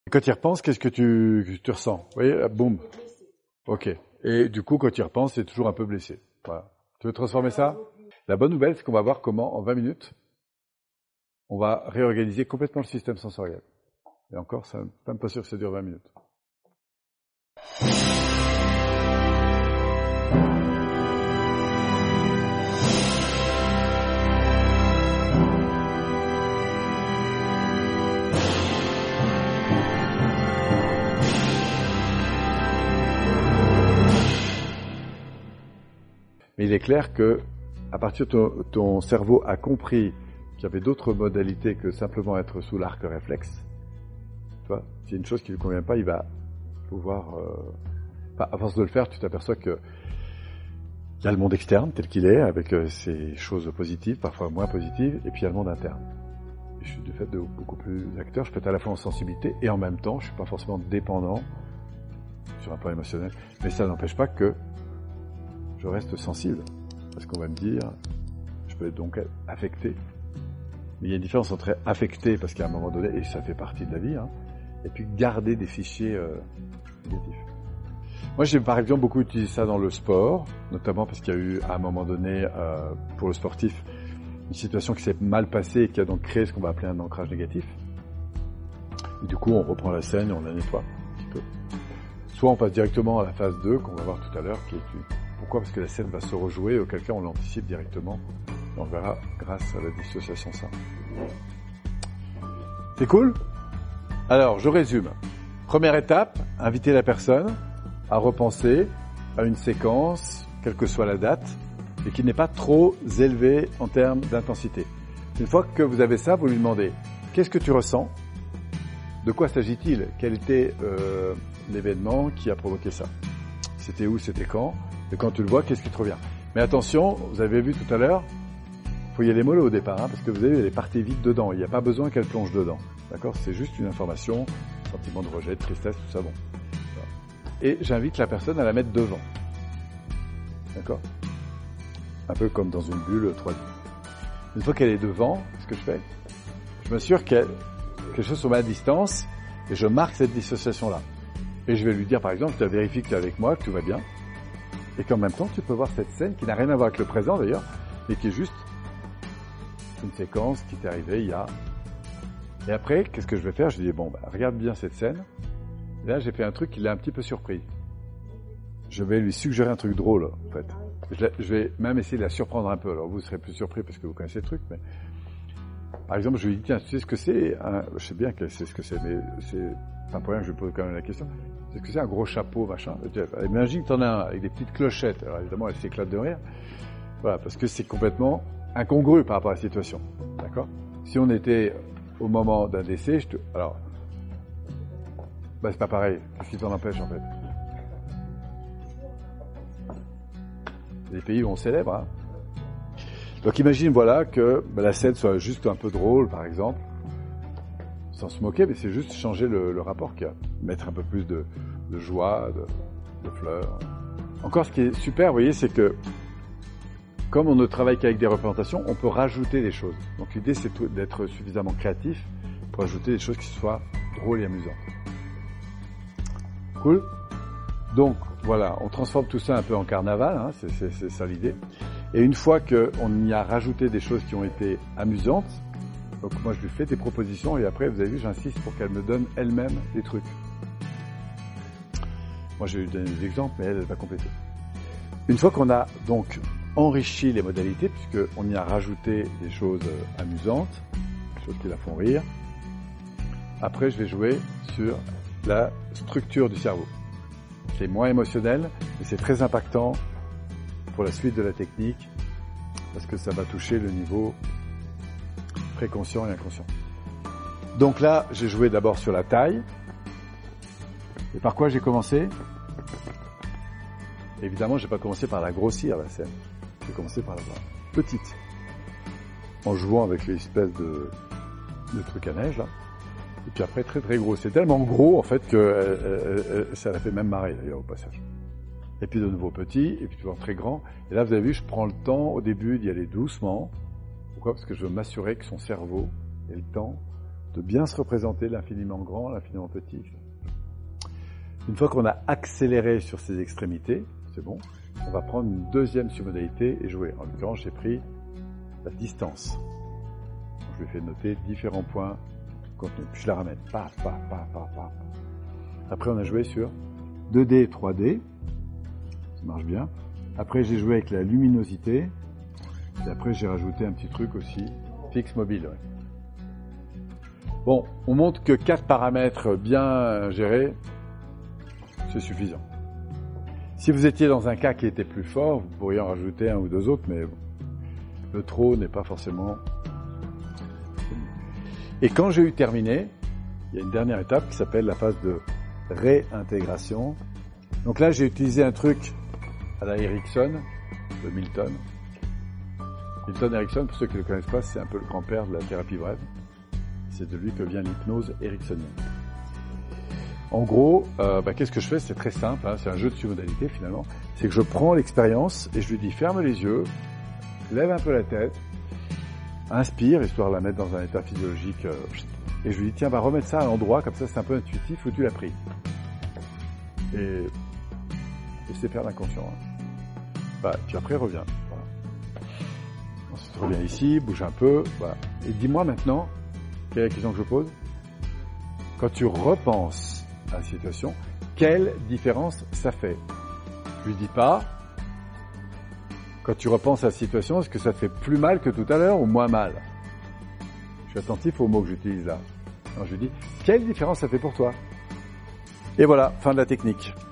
Et quand tu y repenses, qu'est-ce que tu ressens? Vous voyez, boum. Ok. Et du coup, quand tu y repenses, c'est toujours un peu blessé. Voilà. Tu veux transformer ça? La bonne nouvelle, c'est qu'on va voir comment, en 20 minutes, on va réorganiser complètement le système sensoriel. Et encore, c'est même pas sûr que ça dure 20 minutes. Mais il est clair que, à partir de ton cerveau a compris qu'il y avait d'autres modalités que simplement être sous l'arc réflexe, tu vois, s'il y a une chose qui ne lui convient pas, il va pouvoir... à force de le faire, tu t'aperçois que il y a le monde externe tel qu'il est, avec ses choses positives, parfois moins positives, et puis il y a le monde interne. Et je suis du fait de beaucoup plus acteur, je peux être à la fois en sensibilité, et en même temps, je ne suis pas forcément dépendant sur un plan émotionnel, mais ça n'empêche pas que je reste sensible, parce qu'on va me dire, je peux donc être affecté. Mais il y a une différence entre être affecté, parce qu'à un moment donné, et ça fait partie de la vie, et puis garder des fichiers négatifs. Moi, j'ai par exemple beaucoup utilisé ça dans le sport, notamment parce qu'il y a eu à un moment donné, pour le sportif, une situation qui s'est mal passée et qui a donc créé ce qu'on va appeler un ancrage négatif. Et du coup, on reprend la scène et on la nettoie un petit peu. Soit on passe directement à la phase 2, qu'on va voir tout à l'heure, qui est pourquoi? Parce que la scène va se rejouer, auquel cas on l'anticipe directement. Et on le verra grâce à la dissociation simple. C'est cool? Alors, je résume. Première étape, inviter la personne à repenser à une séquence, quelle que soit la date, et qui n'est pas trop élevée en termes d'intensité. Une fois que vous avez ça, vous lui demandez « Qu'est-ce que tu ressens? De quoi s'agit-il? Quel était l'événement qui a provoqué ça? C'était où? C'était quand? Et quand tu le vois, qu'est-ce qui te revient? Mais attention, vous avez vu tout à l'heure, il faut y aller mollo au départ, parce que vous avez les parties vides dedans. Il n'y a pas besoin qu'elle plonge dedans. D'accord? C'est juste une information, sentiment de rejet, de tristesse, tout ça, bon. Et j'invite la personne à la mettre devant. D'accord? Un peu comme dans une bulle 3D. Une fois qu'elle est devant, ce que je fais, je m'assure que quelque chose se met à distance et je marque cette dissociation-là. Et je vais lui dire, par exemple, tu vérifies que tu es avec moi, que tout va bien. Et qu'en même temps, tu peux voir cette scène qui n'a rien à voir avec le présent d'ailleurs, mais qui est juste une séquence qui t'est arrivée il y a... Et après, qu'est-ce que je vais faire? Je lui dis, bon, regarde bien cette scène. Et là, j'ai fait un truc qui l'a un petit peu surpris. Je vais lui suggérer un truc drôle, en fait. Je vais même essayer de la surprendre un peu. Alors, vous serez plus surpris parce que vous connaissez le truc, mais... Par exemple, je lui dis, tiens, tu sais ce que c'est? Je sais bien qu'elle sait ce que c'est, mais c'est pas pour rien que je lui pose quand même la question. Tu sais ce que c'est un gros chapeau, machin? Imagine que t'en as un avec des petites clochettes. Alors, évidemment, elle s'éclate de rire. Voilà, parce que c'est complètement incongru par rapport à la situation. D'accord? Si on était au moment d'un décès, alors... c'est pas pareil. Qu'est-ce qui t'en empêche, en fait? C'est des pays où on célèbre, Donc imagine, voilà, que la scène soit juste un peu drôle, par exemple, sans se moquer, mais c'est juste changer le rapport qu'il y a. Mettre un peu plus de joie, de fleurs. Encore, ce qui est super, vous voyez, c'est que, comme on ne travaille qu'avec des représentations, on peut rajouter des choses. Donc l'idée, c'est d'être suffisamment créatif pour ajouter des choses qui soient drôles et amusantes. Cool. Donc, voilà, on transforme tout ça un peu en carnaval, c'est ça l'idée. Et une fois qu'on y a rajouté des choses qui ont été amusantes, donc moi je lui fais des propositions et après, vous avez vu, j'insiste pour qu'elle me donne elle-même des trucs. Moi je vais lui donner des exemples, mais elle va compléter. Une fois qu'on a donc enrichi les modalités, puisqu'on y a rajouté des choses amusantes, des choses qui la font rire, après je vais jouer sur la structure du cerveau. C'est moins émotionnel, mais c'est très impactant pour la suite de la technique, parce que ça va toucher le niveau préconscient et inconscient. Donc là, j'ai joué d'abord sur la taille. Et par quoi j'ai commencé? Évidemment, j'ai pas commencé par la grossir, la scène. J'ai commencé par la voir petite, en jouant avec l'espèce de truc à neige, là. Et puis après, très très gros. C'est tellement gros, en fait, que ça l'a fait même marrer, d'ailleurs, au passage. Et puis de nouveau petit, et puis toujours très grand. Et là, vous avez vu, je prends le temps, au début, d'y aller doucement. Pourquoi? Parce que je veux m'assurer que son cerveau ait le temps de bien se représenter l'infiniment grand, l'infiniment petit. Une fois qu'on a accéléré sur ces extrémités, c'est bon, on va prendre une deuxième submodalité et jouer. En l'occurrence, j'ai pris la distance. Donc, je lui ai fait noter différents points contenu. Puis je la ramène. Paf, paf, paf, paf, paf. Après, on a joué sur 2D et 3D. Ça marche bien. Après, j'ai joué avec la luminosité. Et après, j'ai rajouté un petit truc aussi, fixe mobile. Ouais. Bon, on montre que 4 paramètres bien gérés, c'est suffisant. Si vous étiez dans un cas qui était plus fort, vous pourriez en rajouter un ou deux autres, mais bon, le trop n'est pas forcément... Et quand j'ai eu terminé, il y a une dernière étape qui s'appelle la phase de réintégration. Donc là, j'ai utilisé un truc à la Erickson, de Milton. Milton Erickson, pour ceux qui ne le connaissent pas, c'est un peu le grand-père de la thérapie brève. C'est de lui que vient l'hypnose ericksonienne. En gros, qu'est-ce que je fais? C'est très simple, hein, c'est un jeu de submodalité finalement. C'est que je prends l'expérience et je lui dis ferme les yeux, lève un peu la tête, inspire, histoire de la mettre dans un état physiologique, et je lui dis tiens, remettre ça à l'endroit, comme ça c'est un peu intuitif, où tu l'as pris. Et c'est faire l'inconscient. Hein. Puis après reviens. Voilà. Ensuite reviens ici, bouge un peu, voilà. Et dis-moi maintenant, quelle est la question que je pose? Quand tu repenses à la situation, quelle différence ça fait? Je lui dis pas, quand tu repenses à la situation, est-ce que ça te fait plus mal que tout à l'heure ou moins mal? Je suis attentif aux mots que j'utilise là. Alors je lui dis, quelle différence ça fait pour toi? Et voilà, fin de la technique.